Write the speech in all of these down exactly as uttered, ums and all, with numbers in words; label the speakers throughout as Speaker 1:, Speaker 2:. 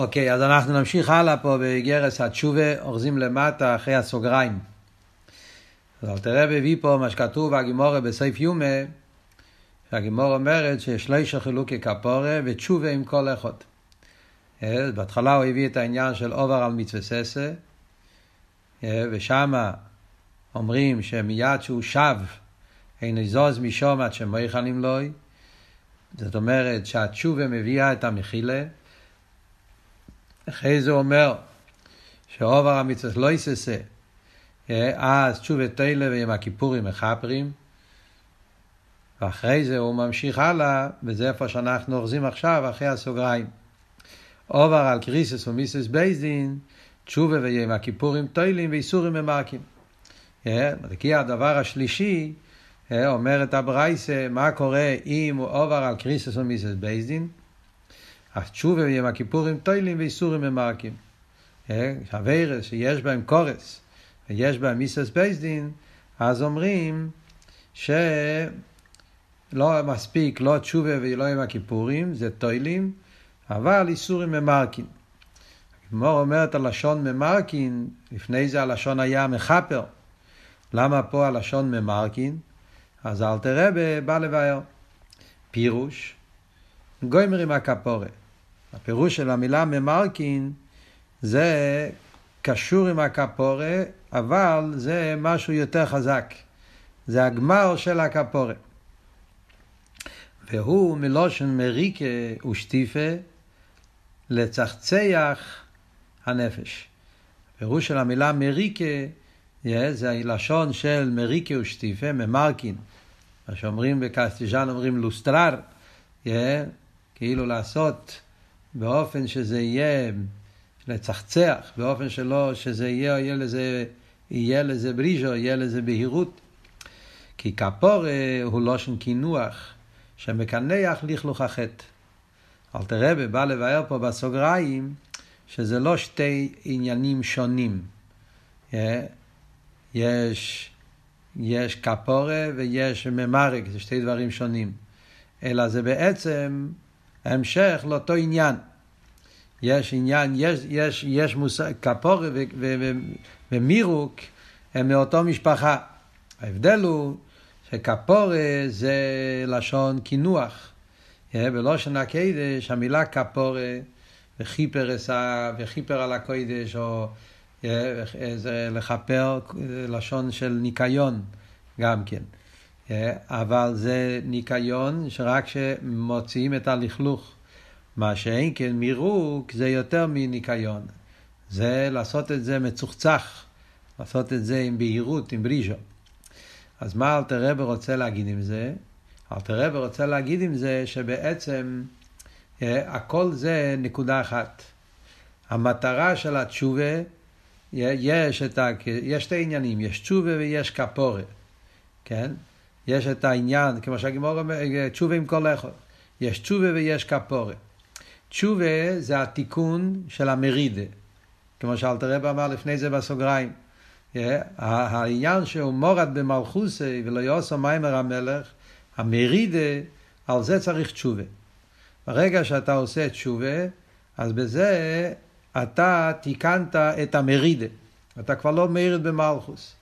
Speaker 1: אוקיי, אז אנחנו נמשיך הלאה פה בגרס התשובה, אוחזים למטה אחרי הסוגריים. אז אל תראה בביא פה מה שכתוב בגימורה בסעיף יומה, שהגימורה אומרת שיש שלושה חילוקי כפורה ותשובה עם כל אחד. בהתחלה הוא הביא את העניין של עובר על מצווה ססה, ושם אומרים שמיד שהוא שב, אין יזוז משום עד שמויכנים לוי. זאת אומרת שהתשובה מביאה את המחילה. אחרי זה אומר שעובר המצווה לא יססה, אז תשובה תהילה ועם הכיפורים מחפרים, ואחרי זה הוא ממשיך הלאה, וזה איפה שאנחנו אוחזים עכשיו אחרי הסוגריים. עובר על קריסס ומיסס בייזדין, תשובה ועם הכיפורים תהילים ואיסורים ממרקים. כי הדבר השלישי, אומרת הברייסה, מה קורה אם הוא עובר על קריסס ומיסס בייזדין? אז תשובה ועם הכיפורים תהילים ואיסורים ממרקים. הווירס שיש בהם קורס ויש בהם מיסס בייזדין, אז אומרים שלא מספיק לא תשובה ולא עם הכיפורים, זה תהילים, אבל איסורים ממרקים. הגמרא אומרת הלשון ממרקין, לפני זה הלשון היה מחפר. למה פה הלשון ממרקין? אז אל תראה בא לבאר. פירוש, גוימר עם הכפורה. הפירוש של המילה ממרקין זה קשור עם הכפורה, אבל זה משהו יותר חזק. זה הגמר של הכפורה. והוא מלושן מריקה ושטיפה לצחצח הנפש. הפירוש של המילה מריקה זה הלשון של מריקה ושטיפה, ממרקין. מה שאומרים בקסטיג'אן אומרים לוסטרר, כאילו לעשות באופן שזה יהיה לצחצח, באופן שלא שזה יהיה, יהיה לזה, יהיה לזה בריז'ו, יהיה לזה בהירות. כי כפורה הוא לושן כינוח שמקנח לכלוך החטא. אל תראה בא לבאר פה בסוגריים שזה לא שתי עניינים שונים. יש יש כפורה ויש ממרק, זה שתי דברים שונים. אלא זה בעצם המשך לאותו עניין. יש עניין, יש יש יש מושג כפורה ומירוק הם מאותו משפחה. ההבדל הוא שכפורה זה לשון כינוח. בלושן הקודש המילה כפורה וכיפר עשה וכיפר על הקודש, או זה לחפר לשון של ניקיון גם כן. אבל זה ניקיון שרק שמוציאים את הלכלוך. מה שאין כן מירוק זה יותר מניקיון. זה לעשות את זה מצוחצח. לעשות את זה עם בהירות, עם בריז'ו. אז מה אלתר רבי רוצה להגיד עם זה? אלתר רבי רוצה להגיד עם זה שבעצם הכל זה נקודה אחת. המטרה של התשובה, יש את ה... יש שתי עניינים, יש תשובה ויש כפורה. כן? יש את העניין, כמו שהגמרא אומר, תשובה עם כל אחד. יש תשובה ויש כפורה. תשובה זה התיקון של המרידה. כמו שאלתר רבי אמר לפני זה בסוגריים. העניין שהוא מורד במלכוסי ולא יעשה מיימר המלך, המרידה, על זה צריך תשובה. ברגע שאתה עושה תשובה, אז בזה אתה תיקנת את המרידה. אתה כבר לא מריד במלכוס.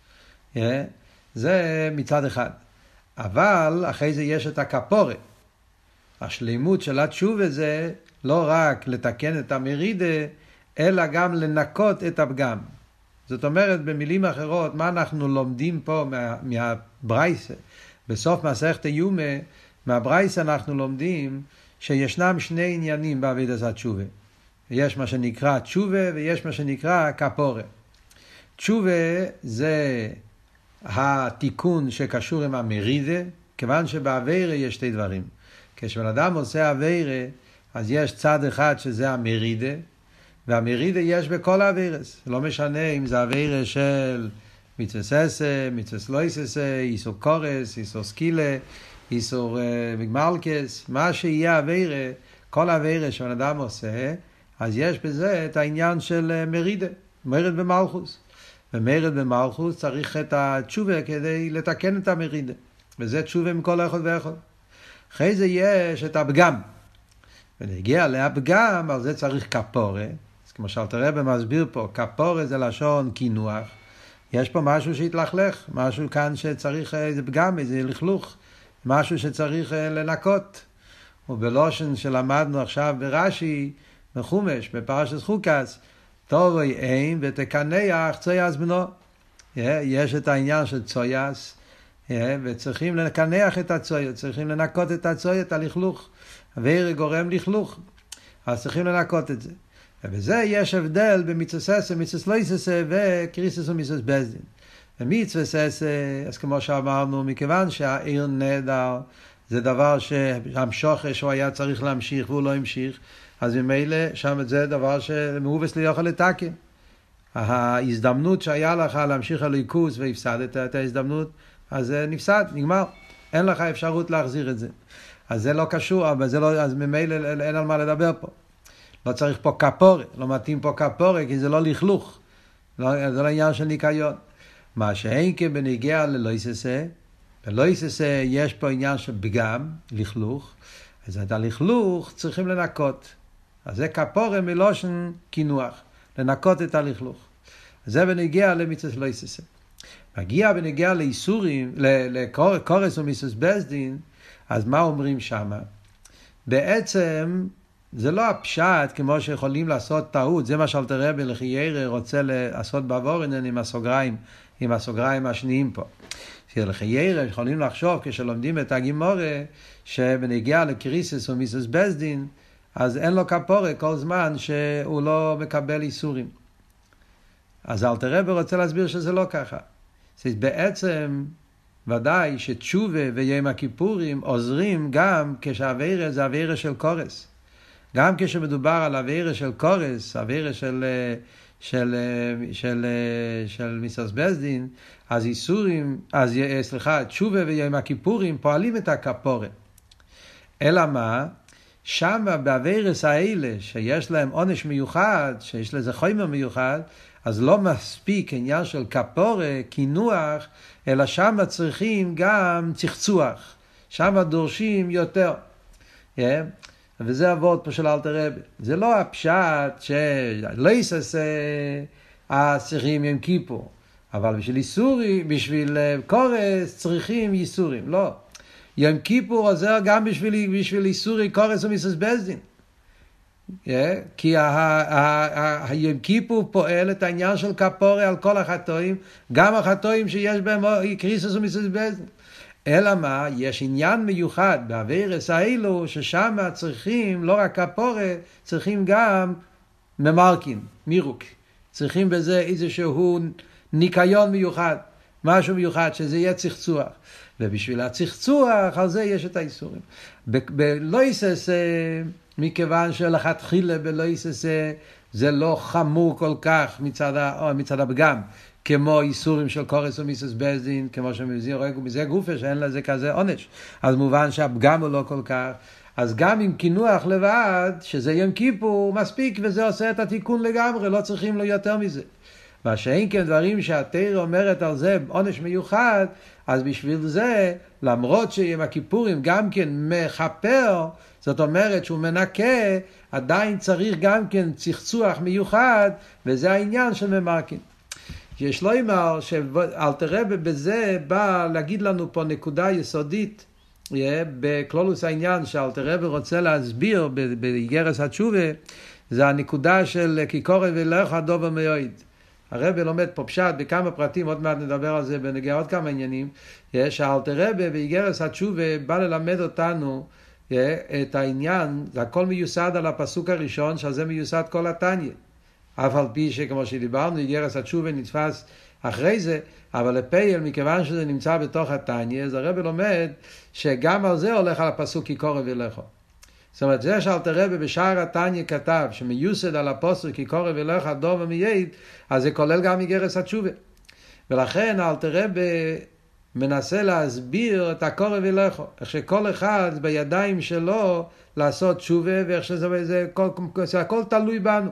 Speaker 1: זה מצד אחד. אבל אחרי זה יש את הכפורה. השלימות של התשובה זה לא רק לתקן את המרידה, אלא גם לנקות את הפגם. זאת אומרת, במילים אחרות, מה אנחנו לומדים פה מה, מהברייסה? בסוף מסכת יומה, מהברייסה אנחנו לומדים שישנם שני עניינים בעבודת התשובה. יש מה שנקרא תשובה ויש מה שנקרא כפורה. תשובה זה התיקון שקשור עם המרידה, כיוון שבעבירה יש שתי דברים. כשבן אדם עושה עבירה, אז יש צד אחד שזה המרידה, והמרידה יש בכל העבירס. לא משנה אם זה עבירה של מצווה ססה, מצווה לא ססה, איסור קורס, איסור סקילה, איסור מלכס, מה שיהיה עבירה, כל עבירה שבן אדם עושה, אז יש בזה את העניין של מרידה, מרד במלכוס. ומרד במלכוס צריך את התשובה כדי לתקן את המרידה. וזה תשובה מכל אחד ואחד. אחרי זה יש את הפגם. ונגיע להפגם, על זה צריך כפורה. אז כמו שאלתר רבי מסביר פה, כפורה זה לשון קינוח. יש פה משהו שהתלכלך, משהו כאן שצריך איזה פגם, איזה לכלוך, משהו שצריך לנקות. ובלושן שלמדנו עכשיו ברש"י, בחומש, בפרשת חוקס, תבואי אין ותקנח צויאס בנו. יש את העניין של צויאס, וצריכים לקנח את הצויה, צריכים לנקות את הצויה, את הלכלוך. העבירה גורם לכלוך, אז צריכים לנקות את זה. ובזה יש הבדל במצווה ססה, מצווה לא ססה וקריסס ומצווה בזדין. במצווה ססה, אז כמו שאמרנו, מכיוון שהעיר נהדר, זה דבר שהמשוכש שהוא היה צריך להמשיך והוא לא המשיך, אז ממילא שם זה דבר שמאובס לי יוכל לתקן. ההזדמנות שהיה לך להמשיך הליכוס והפסדת את ההזדמנות, אז זה נפסד, נגמר. אין לך אפשרות להחזיר את זה. אז זה לא קשור, אבל זה לא, אז ממילא אין על מה לדבר פה. לא צריך פה כפורה, לא מתאים פה כפורה, כי זה לא לכלוך. לא, זה לא עניין של ניקיון. מה שאין כבנגיע ללא יססה, בלא יססה יש פה עניין של פגם, לכלוך, אז את הלכלוך צריכים לנקות. אז זה כפורה מלושן קינוח, לנקות את הלכלוך. אז זה בנגיע למצווה לא יססה. מגיע בנגיע לאיסורים, לקורס ומיסוס בזדין, אז מה אומרים שמה? בעצם זה לא הפשט כמו שיכולים לעשות טעות, זה מה שאלתר רבי לחיירא רוצה לעשות בעבורנן עם הסוגריים, עם הסוגריים השניים פה. שלחיירא יכולים לחשוב כשלומדים את הגימורה, שבנגיע לקריסס ומיסוס בזדין, אז אין לו כפורה כל זמן שהוא לא מקבל איסורים. אז אלתר רבי רוצה להסביר שזה לא ככה. זה בעצם ודאי שתשובה ויום הכיפורים עוזרים גם כשהעבירה זה עבירה של קורס. גם כשמדובר על עבירה של קורס, עבירה של, של, של, של, של מיסוס בזדין, אז איסורים, אז סליחה, תשובה ויום הכיפורים פועלים את הכפורה. אלא מה? שם בעבירס האלה שיש להם עונש מיוחד, שיש לזה חומר מיוחד, אז לא מספיק עניין של כפורה, כינוח, אלא שם צריכים גם צחצוח. שם דורשים יותר. Yeah. וזה עבוד פה של אלתר רבי. זה לא הפשט שלא יססה צריכים יום כיפור. אבל בשביל איסורי, בשביל קורס צריכים איסורים. לא. יום כיפור עוזר גם בשביל, בשביל איסורי קורס ומיסוס בזדין. Yeah, כי היום כיפור פועל את העניין של כפורה על כל החטאים, גם החטאים שיש בהם קריסוס ומיסוס בזדין. אלא מה? יש עניין מיוחד בעבירס האלו, ששם צריכים לא רק כפורה, צריכים גם ממרקין, מירוק. צריכים בזה איזשהו ניקיון מיוחד, משהו מיוחד, שזה יהיה צחצוח. ובשביל הצחצוח, על זה יש את האיסורים. בלא יסס, מכיוון שלכתחילה בלא יסס, זה לא חמור כל כך מצד, מצד הפגם, כמו איסורים של קורס ומיסוס בזדין, כמו שמבזין רגע, מזה גופה שאין לזה כזה עונש. אז מובן שהפגם הוא לא כל כך. אז גם עם כינוח לבד, שזה יום כיפור, מספיק, וזה עושה את התיקון לגמרי, לא צריכים לו יותר מזה. מה שאין כן דברים שהתורה אומרת על זה עונש מיוחד, אז בשביל זה, למרות שיום הכיפורים גם כן מחפר, זאת אומרת שהוא מנקה, עדיין צריך גם כן צחצוח מיוחד, וזה העניין של ממרקין. יש לו אמר שאלתר רבי בזה בא להגיד לנו פה נקודה יסודית, בכלולוס העניין שאלתר רבי רוצה להסביר באיגרס התשובה, זה הנקודה של כי קורא ולך הדובר מיועד. הרבי לומד פה פשט בכמה פרטים, עוד מעט נדבר על זה בנגיע עוד כמה עניינים, שאלתר רבי באיגרס התשובה בא ללמד אותנו את העניין, זה הכל מיוסד על הפסוק הראשון, שזה מיוסד כל התניא. אף על פי שכמו שדיברנו, איגרס התשובה נתפס אחרי זה, אבל לפייל, מכיוון שזה נמצא בתוך התניא, אז הרבי לומד שגם על זה הולך על הפסוק כי קורא ולכו. זאת אומרת, זה שאלתר רבי בשער התניא כתב, שמיוסד על הפסוק כי קורא ולכו דובר מיועד, אז זה כולל גם איגרס התשובה. ולכן אלתר רבי מנסה להסביר את הקורא ולכו, איך שכל אחד בידיים שלו לעשות תשובה, ואיך שזה זה, כל, זה הכל תלוי בנו.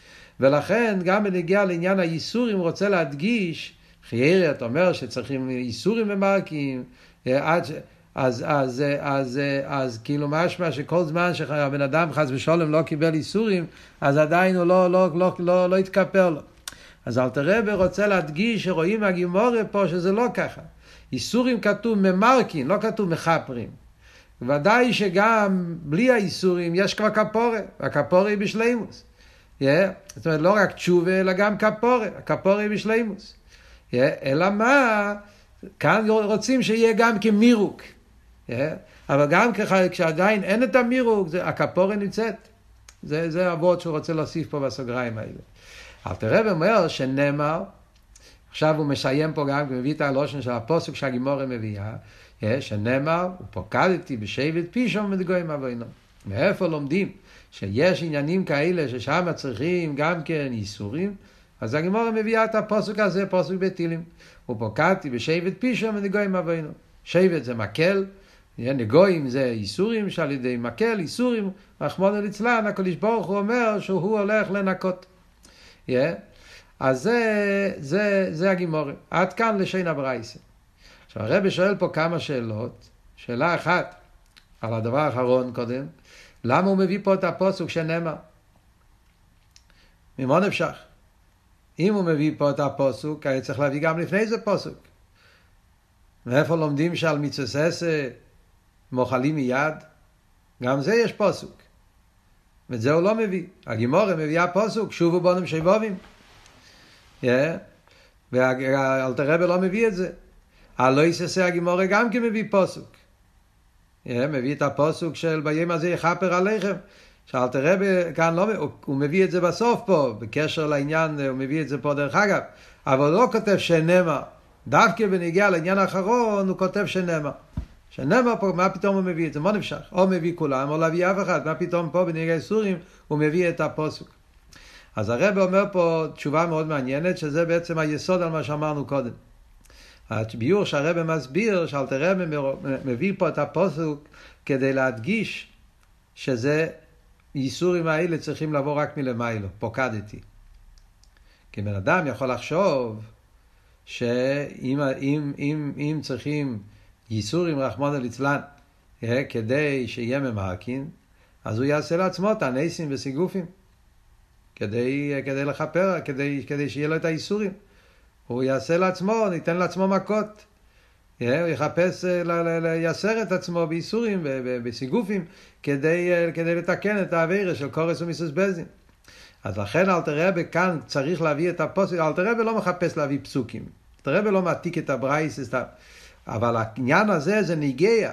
Speaker 1: ולכן גם בנגיע לעניין האיסורים רוצה להדגיש, חיירת אומר שצריכים איסורים ומרקים, עד, אז, אז, אז, אז כאילו משמע שכל זמן שהבן אדם חס ושלום לא קיבל איסורים, אז עדיין הוא לא, לא, לא, לא, לא התכפר לו. אז אלתר רבי רוצה להדגיש שרואים מהגימורה פה שזה לא ככה. איסורים כתוב ממרקין, לא כתוב מחפרים. ודאי שגם בלי האיסורים יש כבר כפורה, והכפורה היא בשלימוס. Yeah. זאת אומרת, לא רק תשובה, אלא גם כפורה, הכפורה היא בשלימוס. Yeah. אלא מה? כאן רוצים שיהיה גם כמירוק. Yeah. אבל גם כשעדיין אין את המירוק, זה, הכפורה נמצאת. זה, זה עבוד שהוא רוצה להוסיף פה בסוגריים האלה. אלתר רבי אומר שנאמר, עכשיו הוא מסיים פה גם, מביא את הלושן של הפסוק שהגימורה מביאה, שנאמר, ופוקדתי בשבט פישום ודגויים אבונו. מאיפה לומדים שיש עניינים כאלה ששם צריכים גם כן איסורים? אז הגימורה מביאה את הפסוק הזה, פסוק בתהילים. ופוקדתי בשבט פישום ודגויים אבונו. שבט זה מקל, נגויים זה איסורים, שעל ידי מקל, איסורים, רחמנא ליצלן, הקדוש ברוך הוא אומר שהוא הולך לנקות. Yeah. אז זה, זה, זה הגימורה. עד כאן לשון הברייתא. עכשיו הרבי שואל פה כמה שאלות. שאלה אחת, על הדבר האחרון קודם, למה הוא מביא פה את הפסוק שנאמר? ממה נפשך? אם הוא מביא פה את הפסוק, היה צריך להביא גם לפני זה פסוק. מאיפה לומדים שעל מצוות עשה מוחלים מיד? גם זה יש פסוק. ואת זה הוא לא מביא. הגימורה מביאה פסוק, שובו בונם שבובים. Yeah. ואלתר רבי לא מביא את זה. הלא יססה הגימורה גם כן מביא פסוק. Yeah, מביא את הפסוק של ביום הזה יכפר עליכם. שאלתר רבי כאן לא, הוא, הוא מביא את זה בסוף פה, בקשר לעניין, הוא מביא את זה פה דרך אגב. אבל לא כותב שנאמר. דווקא בנגיע לעניין האחרון הוא כותב שנאמר. שנאמר פה, מה פתאום הוא מביא את זה? מה נפשך? או מביא כולם, או להביא אף אחד. מה פתאום פה בנגיע איסורים הוא מביא את הפסוק. אז הרב אומר פה תשובה מאוד מעניינת, שזה בעצם היסוד על מה שאמרנו קודם. הביור שהרב מסביר, שאלתר רבי מביא פה את הפסוק, כדי להדגיש שזה איסורים האלה צריכים לבוא רק מלמיילו, פוקדתי. כי בן אדם יכול לחשוב שאם אם, אם, אם צריכים איסורים רחמנא ליצלן, כדי שיהיה ממעקין, אז הוא יעשה לעצמו את הניסים וסיגופים. כדי, כדי לחפר, כדי, כדי שיהיה לו את האיסורים. הוא יעשה לעצמו, ניתן לעצמו מכות. הוא יחפש, לייסר את עצמו באיסורים, בסיגופים, כדי, כדי לתקן את העבירה של קורס ומיסוס בזין. אז לכן אלתר רבי כאן צריך להביא את הפסוק. אלתר רבי לא מחפש להביא פסוקים. אלתר רבי לא מעתיק את הברייתא, אבל העניין הזה זה ניגע.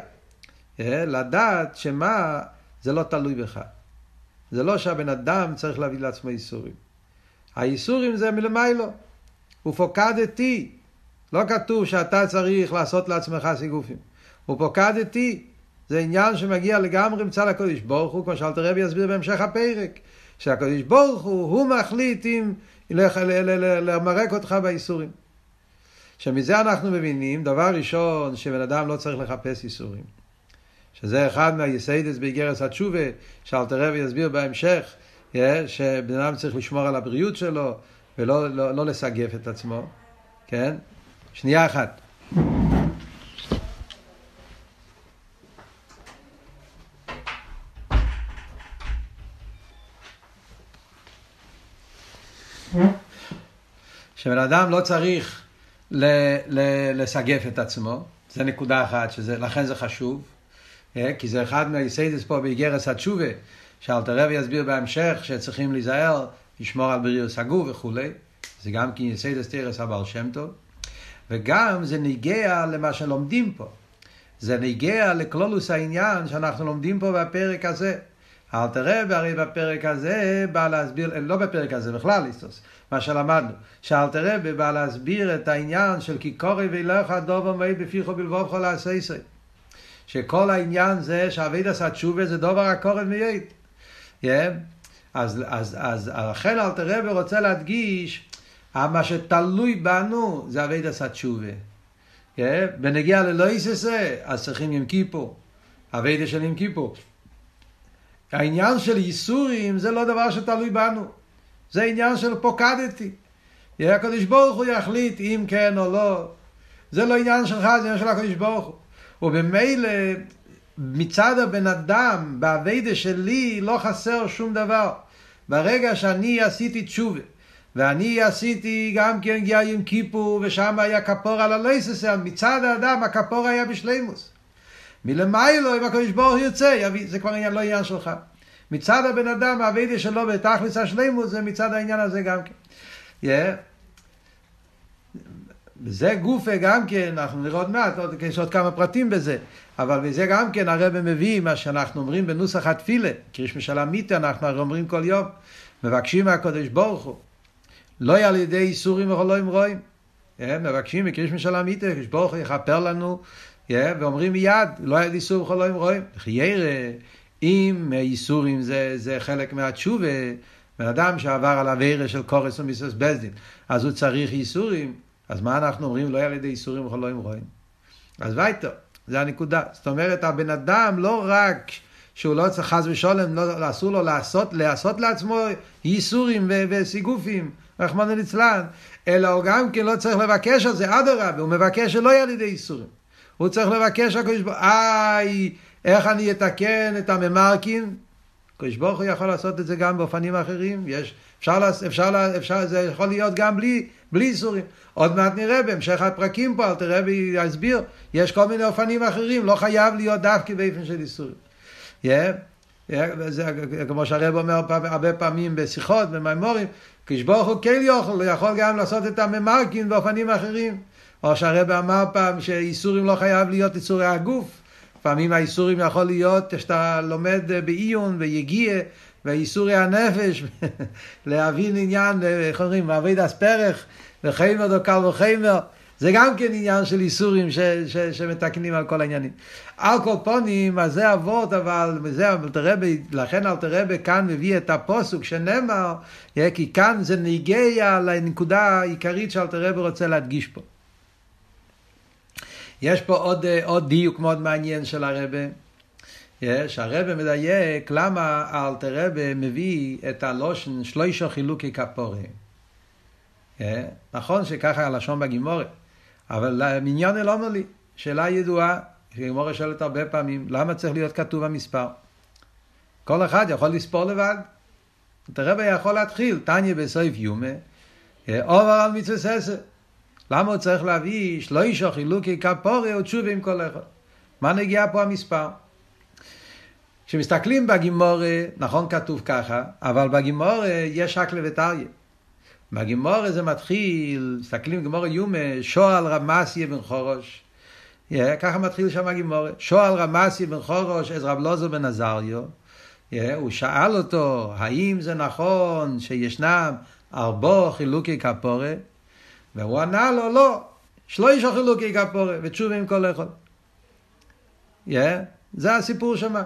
Speaker 1: לדעת שמה זה לא תלוי בך. זה לא שהבן אדם צריך להביא לעצמו איסורים. האיסורים זה מלמיילו. הוא פוקדתי. לא כתוב שאתה צריך לעשות לעצמך סיגופים. הוא פוקדתי. זה עניין שמגיע לגמרי מצד הקדוש ברוך הוא, כמו שאלתר רבי יסביר בהמשך הפרק. שהקדוש ברוך הוא, הוא מחליט אם למרק אותך באיסורים. שמזה אנחנו מבינים, דבר ראשון, שבן אדם לא צריך לחפש איסורים. שזה אחד מהיסיידס באיגרת התשובה, שאלתר רבי יסביר בהמשך, שבן אדם צריך לשמור על הבריאות שלו, ולא לא, לא לסגף את עצמו. כן? שנייה אחת. שבן אדם לא צריך ל, ל, לסגף את עצמו, זה נקודה אחת, שזה, לכן זה חשוב, כי זה אחד מהיסיידס פה באיגרת התשובה, שאלתר רבי יסביר בהמשך שצריכים להיזהר, לשמור על בריאות הגוף וכו'. זה גם כי יסיידס תירס הבעל שם טוב, וגם זה ניגע למה שלומדים פה. זה ניגע לכלולוס העניין שאנחנו לומדים פה בפרק הזה. אלתר רבי הרי בפרק הזה בא להסביר, לא בפרק הזה בכלל, מה שלמדנו, שאלתר רבי בא להסביר את העניין של כי קורא ואילך הדובר מי בפיחו בלבובך לעשייסי. שכל העניין זה שעבודת התשובה זה דבר הקורא מייד. Yeah. אז, אז, אז, לכן אלתר רבי רוצה להדגיש, מה שתלוי בנו זה עבודת התשובה. Yeah. בנגיע ללא יססה, אז צריכים יום כיפור. עבודת של יום כיפור. העניין של ייסורים זה לא דבר שתלוי בנו. זה עניין של פוקדתי. הקדוש ברוך הוא יחליט אם כן או לא. זה לא עניין שלך, זה עניין של הקדוש ברוך הוא. ובמילא מצד הבן אדם, בעבודה שלי, לא חסר שום דבר. ברגע שאני עשיתי תשובה, ואני עשיתי גם כן גיע יום כיפור, ושם היה כפור על הלויססר, מצד האדם הכפור היה בשלימוס. מלמיילו, אם הקדוש ברוך הוא ירצה, יביא, זה כבר עניין, לא עניין שלך. מצד הבן אדם, העבודה שלו בתכלס השלימוס, זה מצד העניין הזה גם כן. Yeah. וזה גופה גם כן, אנחנו נראה עוד מעט, יש עוד כמה פרטים בזה, אבל בזה גם כן הרב מביא מה שאנחנו אומרים בנוסח התפילה, קריש משלמית אנחנו אומרים כל יום, מבקשים מהקדוש ברוך הוא, לא על ידי איסורים וחולוים רואים, מבקשים מקריש משלמית, הקדוש ברוך הוא יכפר לנו, ואומרים מיד, לא על ידי איסורים וחולוים רואים, חיירה, אם איסורים זה, זה חלק מהתשובה, בן אדם שעבר על עבירה של קורס ומיסוס בזדין, אז הוא צריך איסורים, אז מה אנחנו אומרים? לא על ידי איסורים וחולוים רואים. אז וייטר, זה הנקודה. זאת אומרת, הבן אדם לא רק שהוא לא צריך חס ושולם, לא, אסור לו לעשות, לעשות לעצמו איסורים ו- וסיגופים, רחמנא ליצלן, אלא הוא גם כן לא צריך לבקש על זה, אדרבה, הוא מבקש שלא על ידי איסורים. הוא צריך לבקש, איי, איך אני אתקן את הממרקים? הקדוש ברוך הוא יכול לעשות את זה גם באופנים אחרים. יש, אפשר, אפשר, אפשר, זה יכול להיות גם בלי, בלי איסורים. עוד מעט נראה בהמשך הפרקים פה, אל תראה בי להסביר, יש כל מיני אופנים אחרים, לא חייב להיות דווקא באופן של איסורים. Yeah. Yeah. זה, כמו שהרב אומר הרבה פעמים בשיחות, במימורים, הקדוש ברוך הוא כן יכול, יכול גם לעשות את הממרקים באופנים אחרים. או שהרב אמר פעם שאיסורים לא חייב להיות איסורי הגוף, פעמים האיסורים יכול להיות שאתה לומד בעיון ויגיע, ואיסורי הנפש, להבין עניין, איך אומרים, מעבד אספרח, וחיימר דו קל וחיימר, זה גם כן עניין של איסורים ש, ש, שמתקנים על כל העניינים. על כל פונים, אז זה אבות, אבל זה, לכן אל תראה כאן מביא את הפוסוק שנאמר, כי כאן זה נגיע לנקודה העיקרית שאל תראה רוצה להדגיש פה. יש פה עוד, עוד דיוק מאוד מעניין של הרבה. יש, הרבה מדייק למה אלתר רבי מביא את הלושן שלושה חילוקי כפורה. נכון שככה הלשון בגימורה, אבל מניין לא אומר לי, שאלה ידועה, שגימורה שואלת הרבה פעמים, למה צריך להיות כתוב המספר? כל אחד יכול לספור לבד. אלתר רבי יכול להתחיל, תניא בסוף יומא, עובר על מצוות עשר. למה הוא צריך להביא שלושה חילוקי כפורה ותשובה עם כל אחד? מה נגיע פה המספר? כשמסתכלים בגימורה, נכון כתוב ככה, אבל בגימורה יש רק לוטריה. בגימורה זה מתחיל, מסתכלים בגימורה יומא, שואל רמסיה בן חורש. Yeah, ככה מתחיל שם הגימורה. שואל רמסיה בן חורש, אז רב אלעזר בן עזריה. Yeah, הוא שאל אותו, האם זה נכון שישנם ארבעה חילוקי כפורה? והוא ענה לו, לא, שלושה חילוקי כפורה, ותשובה עם כל אחד. Yeah, זה הסיפור שמה.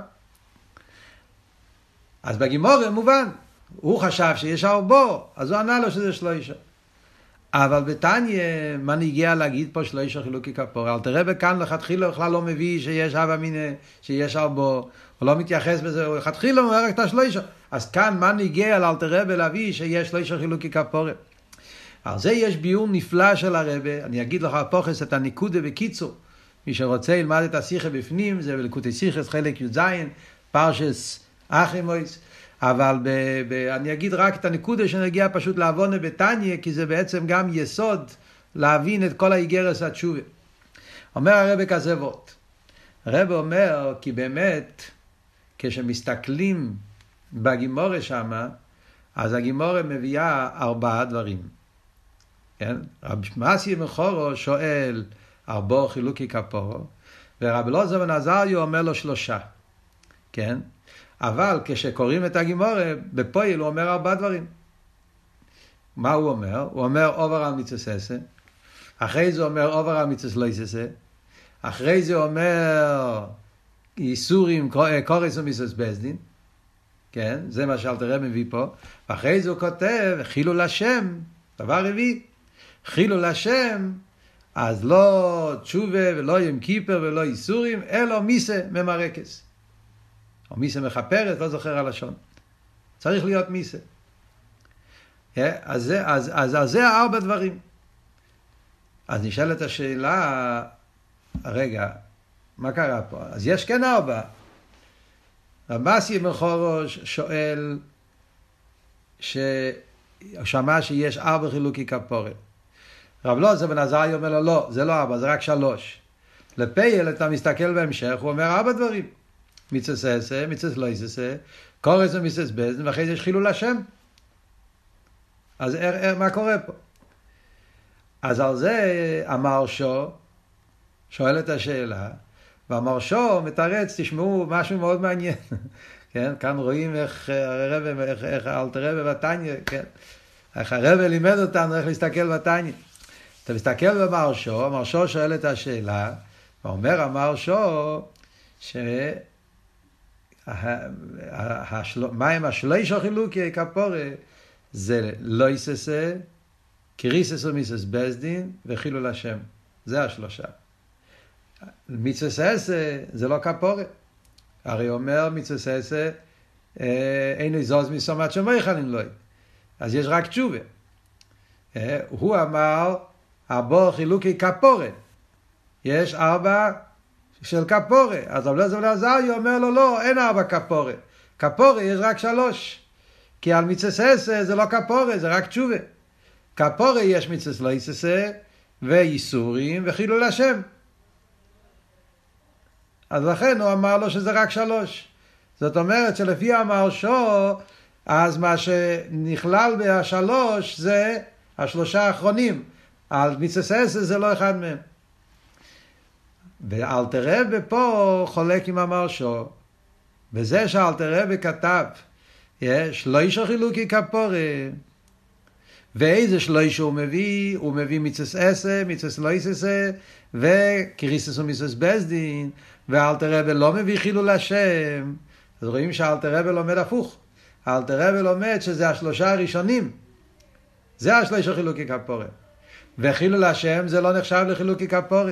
Speaker 1: אז בגימורה מובן, הוא חשב שיש ארבעה, אז הוא ענה לו שזה שלושה. אבל בתניא, מה נגיע להגיד פה שלושה חילוקי כפורה? אל תראה בכאן לכתחילה בכלל לא מביא שיש אבא מיני, שיש ארבעה, הוא לא מתייחס בזה, הוא לכתחילה אומר רק את השלושה. אז כאן מה נגיע לאל תראה בלהביא שיש שלושה חילוקי כפורה? על זה יש ביור נפלא של הרבי, אני אגיד לך פוחס את הניקודה בקיצור, מי שרוצה ילמד את השיחה בפנים, זה בליקוטי שיחס חלק י"ז, פרשס אחרימויס, אבל ב, ב, אני אגיד רק את הנקודה שנגיע פשוט לעוונה בתניא, כי זה בעצם גם יסוד להבין את כל האיגרס התשובה. אומר הרבי כזה וורט, הרבי אומר כי באמת כשמסתכלים בגימורה שמה, אז הגימורה מביאה ארבעה דברים. כן? רב מסיה בן חורש שואל ארבעה חילוקי כפורה, ורב אלעזר בן עזריה אומר לו שלושה. כן? אבל כשקוראים את הגימורה, בפועל הוא אומר ארבעה דברים. מה הוא אומר? הוא אומר עובר על מצוות עשה, אחרי זה הוא אומר עובר על מצוות לא עשה, אחרי זה הוא אומר איסורים קורס ומצוות בזדין, כן? זה מה שאלתר רבי מביא פה, ואחרי זה הוא כותב חילול השם, דבר רביעי, חילול השם, אז לא תשובה ולא יום כיפר ולא איסורים, אלא מיסה ממרקס. או מיסה מחפרת, לא זוכר הלשון. צריך להיות מיסה. אז זה, אז, אז, אז זה ארבע דברים. אז נשאלת השאלה, רגע, מה קרה פה? אז יש כן ארבע. רמב"סי מחורוש שואל ששמע שיש ארבע חילוקי כפורת. רב לוזר בן עזריה אומר לו לא, זה לא ארבע, זה רק שלוש. לפייל אתה מסתכל בהמשך, הוא אומר ארבע דברים. מצווה עשה, מצווה לא עשה, קורס ומצווה בזן, ואחרי זה יש חילול השם. אז er, er, מה קורה פה? אז על זה המרשו שואל את השאלה, והמרשו מתרץ, תשמעו משהו מאוד מעניין. כן? כאן רואים איך הרב, איך, איך אלתר רבי בתניא, כן? איך הרב לימד אותנו איך להסתכל בתניא. אתה מסתכל במרשו, המרשו שואל את השאלה, ואומר המרשו ש... מה הם השלושה חילוקי כפורה? זה לא יססה, קריסס ומיסס בזדין וחילול השם. זה השלושה. מצווה עשה זה לא כפורה. הרי אומר מצווה עשה אין יזוז מסומת שמייחל אין לוי. אז יש רק תשובה. הוא אמר ארבע חילוקי כפורה. יש ארבע של כפורה. אז רב לוזר בן עזריה אומר לו לא, אין ארבע כפורה. כפורה יש רק שלוש. כי על מצווה עשה זה לא כפורה, זה רק תשובה. כפורה יש מצווה לא עשה ואיסורים וחילול השם. אז לכן הוא אמר לו שזה רק שלוש. זאת אומרת שלפי המרשו, אז מה שנכלל בשלוש זה השלושה האחרונים. על מצווה עשה זה לא אחד מהם. ואלתר רבי פה חולק עם המרשו. בזה שאלתר רבי כתב, יש שלושה חילוקי כפורה. ואיזה שלושה הוא מביא? הוא מביא מצווה עשה, מצווה לא עשה, וקריסס ומצווה בזדין. ואלתר רבי לא מביא חילול השם. אז רואים שאלתר רבי לומד הפוך. אלתר רבי לומד שזה השלושה הראשונים. זה השלושה חילוקי כפורה. וחילול השם זה לא נחשב לחילוקי כפורה.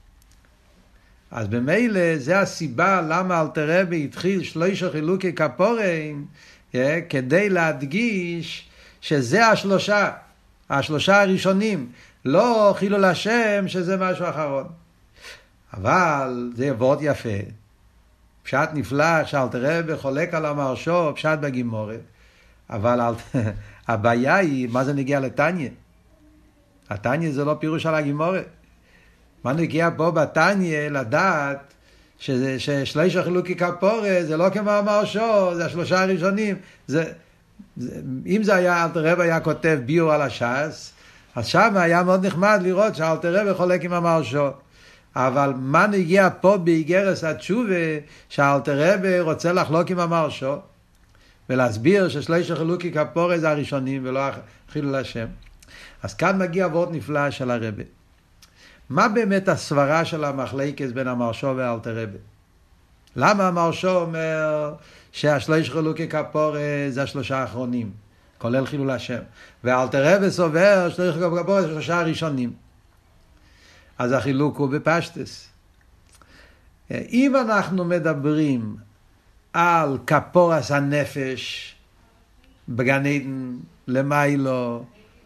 Speaker 1: אז במילא זה הסיבה למה אלתר רבי התחיל שלושה חילוקי כפורים, כדי להדגיש שזה השלושה, השלושה הראשונים, לא חילול השם שזה משהו אחרון. אבל זה עבוד יפה. פשט נפלא שאלתר רבי חולק על המרשו, פשט בגימורה. אבל הבעיה היא, מה זה נגיע לתניא? התניא זה לא פירוש על הגימורה. מה נגיע פה בתניא לדעת ששלושה חילוקי כפורה זה לא כמו המרשו, זה השלושה הראשונים. זה, זה, אם זה היה, אלתר רבי היה כותב ביור על הש"ס, אז שם היה מאוד נחמד לראות שאלתר רבי חולק עם המרשו. אבל מה נגיע פה באיגרס התשובה שאלתר רבי רוצה לחלוק עם המרשו ולהסביר ששלושה חילוקי כפורה זה הראשונים ולא חילול השם. אז כאן מגיע וורט נפלא של הרבי. מה באמת הסברה של המחלקת בין המרשו ואלתר רבי? למה המרשו אומר שהשלושה חילוקי כפורה זה השלושה האחרונים, כולל חילול השם, ואלתר רבי סובר שלושה חילוקי כפורה זה השלושה הראשונים? אז החילוק הוא בפשטס. אם אנחנו מדברים על כפורס הנפש בגן עדן למיילו,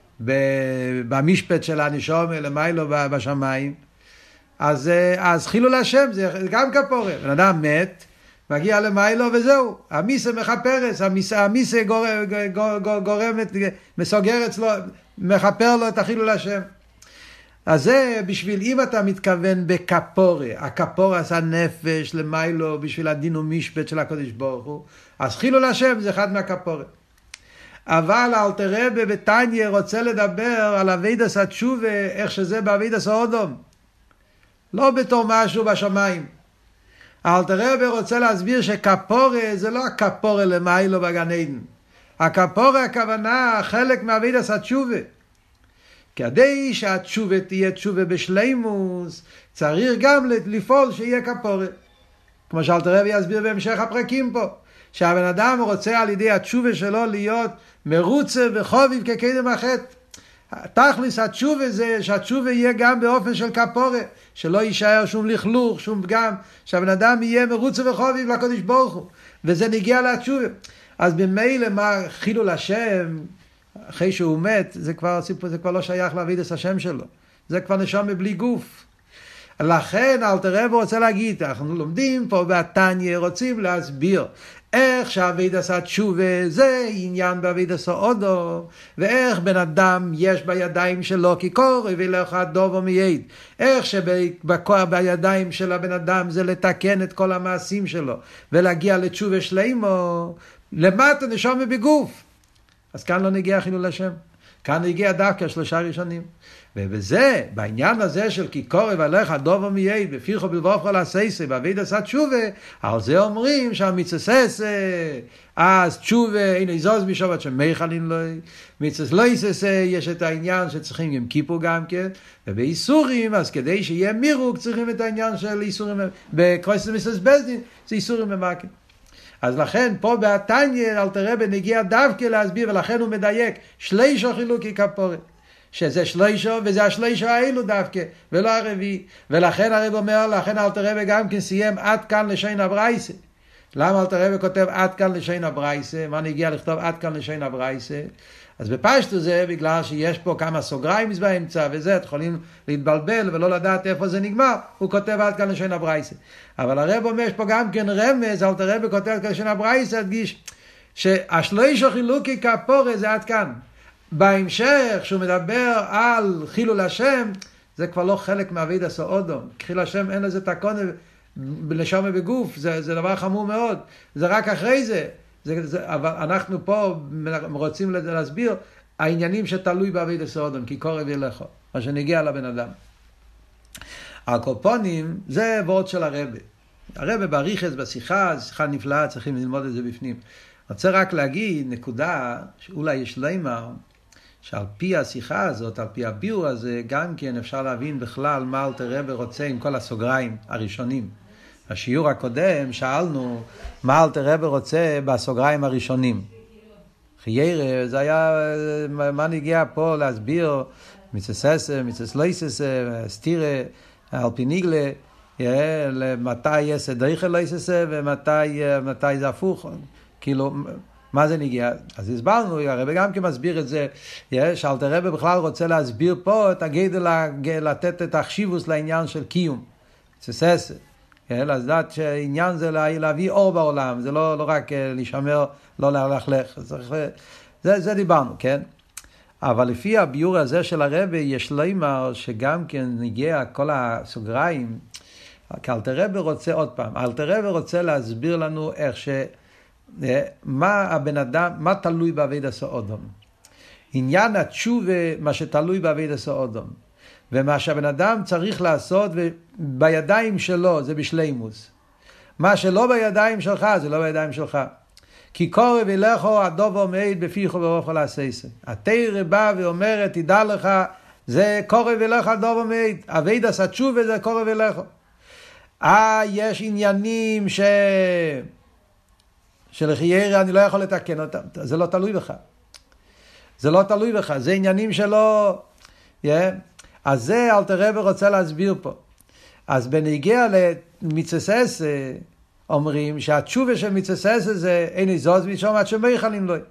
Speaker 1: במשפט של הנשמה למיילו בשמיים, אז, אז חילול השם זה גם כפורה. בן אדם מת, מגיע למיילו וזהו. המיסה מחפרס, המיסה, המיסה גורמת, גורמת, מסוגר אצלו, מחפר לו את החילול השם. אז זה בשביל, אם אתה מתכוון בכפורה, הכפורס הנפש למיילו, בשביל הדין ומשפט של הקדוש ברוך הוא, אז חילול השם זה אחד מהכפורה. אבל אלתר רבי בתניא רוצה לדבר על אבידס התשובה, איך שזה באבידס האודום. לא בתור משהו בשמיים. אלתר רבי רוצה להסביר שכפורה זה לא הכפורה למיילו בגן עדן. הכפורה הכוונה חלק מאבידס התשובה. כדי שהתשובה תהיה תשובה בשלימוס, צריך גם לפעול שיהיה כפורה. כמו שאלתר רבי יסביר בהמשך הפרקים פה. שהבן אדם רוצה על ידי התשובה שלו להיות מרוצה וחוביב כקדם החטא. תכלס התשובה זה שהתשובה יהיה גם באופן של כפורה, שלא יישאר שום לכלוך, שום פגם, שהבן אדם יהיה מרוצה וחוביב לקדוש ברוך הוא, וזה נגיע לתשובה. אז במילא מה חילול השם אחרי שהוא מת, זה כבר, זה כבר לא שייך לעבודת השם שלו, זה כבר נשמה בלי גוף. לכן אלתר רבי רוצה להגיד, אנחנו לומדים פה בתניא, רוצים להסביר איך שעבודת התשובה זה עניין בעבודת האודום, ואיך בן אדם יש בידיים שלו כקורא ולך הדוב ומייד, איך שבכוח בידיים של הבן אדם זה לתקן את כל המעשים שלו ולהגיע לתשובה שלמו למטה נשמה בגוף. אז כאן לא נגיע חילול השם, כאן הגיע דווקא שלושה ראשונים. ובזה, בעניין הזה של כי קורב עליך דוב ומייד, בפיך ובלבבך לעשייסה, בעבודת התשובה, על זה אומרים שהמצססה, אז תשובה, הנה יזוז משבת שמייחלין לו, מצס לא יססה, יש את העניין שצריכים עם כיפור גם כן, ובאיסורים, אז כדי שיהיה מירוק, צריכים את העניין של איסורים, בקרויסס מסס בזדין, זה איסורים ממקים. אז לכן פה בתניא אלתר רבי נגיע דווקא להסביר, ולכן הוא מדייק שלישו חילוקי כפורת, שזה שלישו, וזה השלישו האלו דווקא, ולא הרביעי. ולכן הרב אומר, לכן אלתר רבי גם כן סיים עד כאן לשון הברייסה. למה אלתר רבי כותב עד כאן לשון הברייסה? מה נגיע לכתוב עד כאן לשון הברייסה? אז בפשטות זה בגלל שיש פה כמה סוגריים באמצע וזה, אתם יכולים להתבלבל ולא לדעת איפה זה נגמר, הוא כותב עד כאן לשון הברייסה. אבל הרב אומר, יש פה גם כן רמז, אלתר רבי כותב עד כאן לשון הברייסה, הדגיש שהשלישו חילוקי כפורת זה עד כאן. בהמשך, שהוא מדבר על חילול השם, זה כבר לא חלק מעבודת האודום. חילול השם אין לזה תקונה בנשמה בגוף, זה, זה דבר חמור מאוד. זה רק אחרי זה. זה, זה אבל אנחנו פה רוצים להסביר העניינים שתלוי בעבודת האודום, כי קורב ילך, מה שנגיע לבן אדם. הקופונים זה וורד של הרבי. הרבי בריחס בשיחה, שיחה נפלאה, צריכים ללמוד את זה בפנים. רוצה רק להגיד נקודה שאולי יש לימר, שעל פי השיחה הזאת, על פי הביאור הזה, גם כן אפשר להבין בכלל מה אלתר רבי רוצה עם כל הסוגריים הראשונים. בשיעור הקודם שאלנו מה אלתר רבי רוצה בסוגריים הראשונים. חיירה, זה היה, מה נגיע פה להסביר, מצססה, מצסלויססה, סתירה, על פי ניגלה, מתי יש דייכל לויססה ומתי זה הפוך. כאילו, מה זה נגיע? אז הסברנו, הרבי גם כן מסביר את זה, שאלתר רבי בכלל רוצה להסביר פה את הגדל, לתת את החשיבוס לעניין של קיום. צססה. אז דעת שעניין זה להביא אור בעולם, זה לא, לא רק לשמר, לא להלכלך. זה, זה דיברנו, כן? אבל לפי הביור הזה של הרבי, יש לומר שגם כן נגיע כל הסוגריים, כי אלתר רבי רוצה עוד פעם, אלתר רבי רוצה להסביר לנו איך ש... מה הבן אדם, מה תלוי בעבודת האודום. עניין התשובה, מה שתלוי בעבודת האודום. ומה שהבן אדם צריך לעשות בידיים שלו, זה בשלימוס. מה שלא בידיים שלך, זה לא בידיים שלך. כי קורב אלכו הדוב עומד בפיך ובלבבך לעשייסה. התורה באה ואומרת, תדע לך, זה קורב אלכו הדוב עומד. עבודת התשובה זה קורב אלכו. אה, יש עניינים ש... שלחיירה אני לא יכול לתקן אותם, זה לא תלוי בך. זה לא תלוי בך, זה עניינים שלא... Yeah. אז זה אלתר רבי רוצה להסביר פה. אז בנגיע למצססה, אומרים שהתשובה של מצססה זה אין יזוז משום עד שמייחלים לו.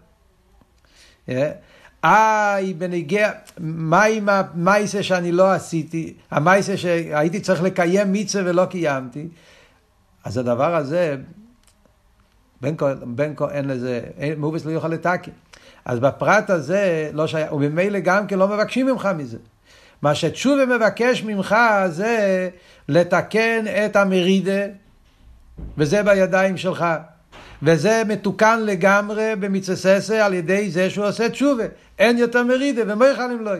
Speaker 1: איי, בנגיע, מה עם המייסה שאני לא עשיתי, המייסה שהייתי צריך לקיים מצווה ולא קיימתי, אז הדבר הזה... בין כה, בין כה אין לזה, מובס לא יוכל לתקן. אז בפרט הזה, לא שי... ובמילא גם כן לא מבקשים ממך מזה. מה שתשובה מבקש ממך זה לתקן את המרידה, וזה בידיים שלך. וזה מתוקן לגמרי במצססה על ידי זה שהוא עושה תשובה. אין יותר מרידה, ומה יכולים לו?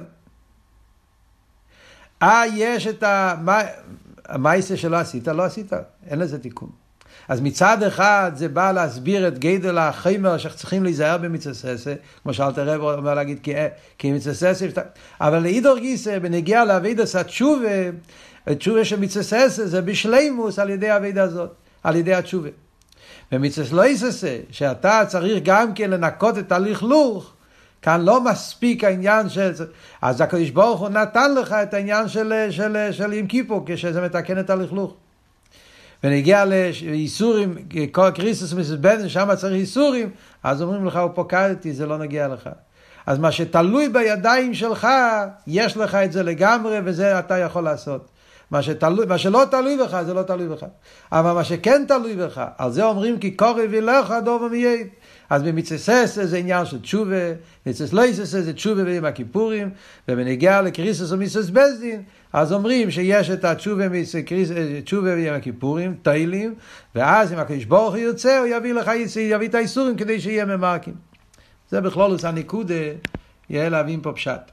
Speaker 1: אה, יש את המייסה שלא עשית, לא עשית. אין לזה תיקון. אז מצד אחד זה בא להסביר את גדל החומר שצריכים להיזהר במצססה, כמו שאלתר רבי אומר להגיד כי, כי מצססה, אבל לאידור גיסא בנגיע לעבודת התשובה, התשובה של מצססה זה בשלימוס על ידי העבודה הזאת, על ידי התשובה. במצסלויססה, שאתה צריך גם כן לנקות את הלכלוך, כאן לא מספיק העניין של... אז הקדוש ברוך הוא נתן לך את העניין של, של, של, של יום כיפור, כשזה מתקן את הלכלוך. ונגיע לאיסורים, קריסוס מסס בן, שם צריך איסורים, אז אומרים לך, הוא פוקדתי, זה לא נגיע לך. אז מה שתלוי בידיים שלך, יש לך את זה לגמרי, וזה אתה יכול לעשות. מה, שתלו, מה שלא תלוי בך, זה לא תלוי בך. אבל מה שכן תלוי בך, על זה אומרים כי קורא ולך דובר מייד. אז במצסס זה עניין של תשובה, מצסס לא יסס זה תשובה ביום הכיפורים, ובנגיע לקריסוס ומיסוס בזדין, אז אומרים שיש את התשובה תשובה ביום הכיפורים, תהילים, ואז אם הקדוש ברוך הוא ירצה, הוא יביא לך, יביא את האיסורים כדי שיהיה ממרקים. זה בכלולוס הנקודה, יהיה להבין פה פשט.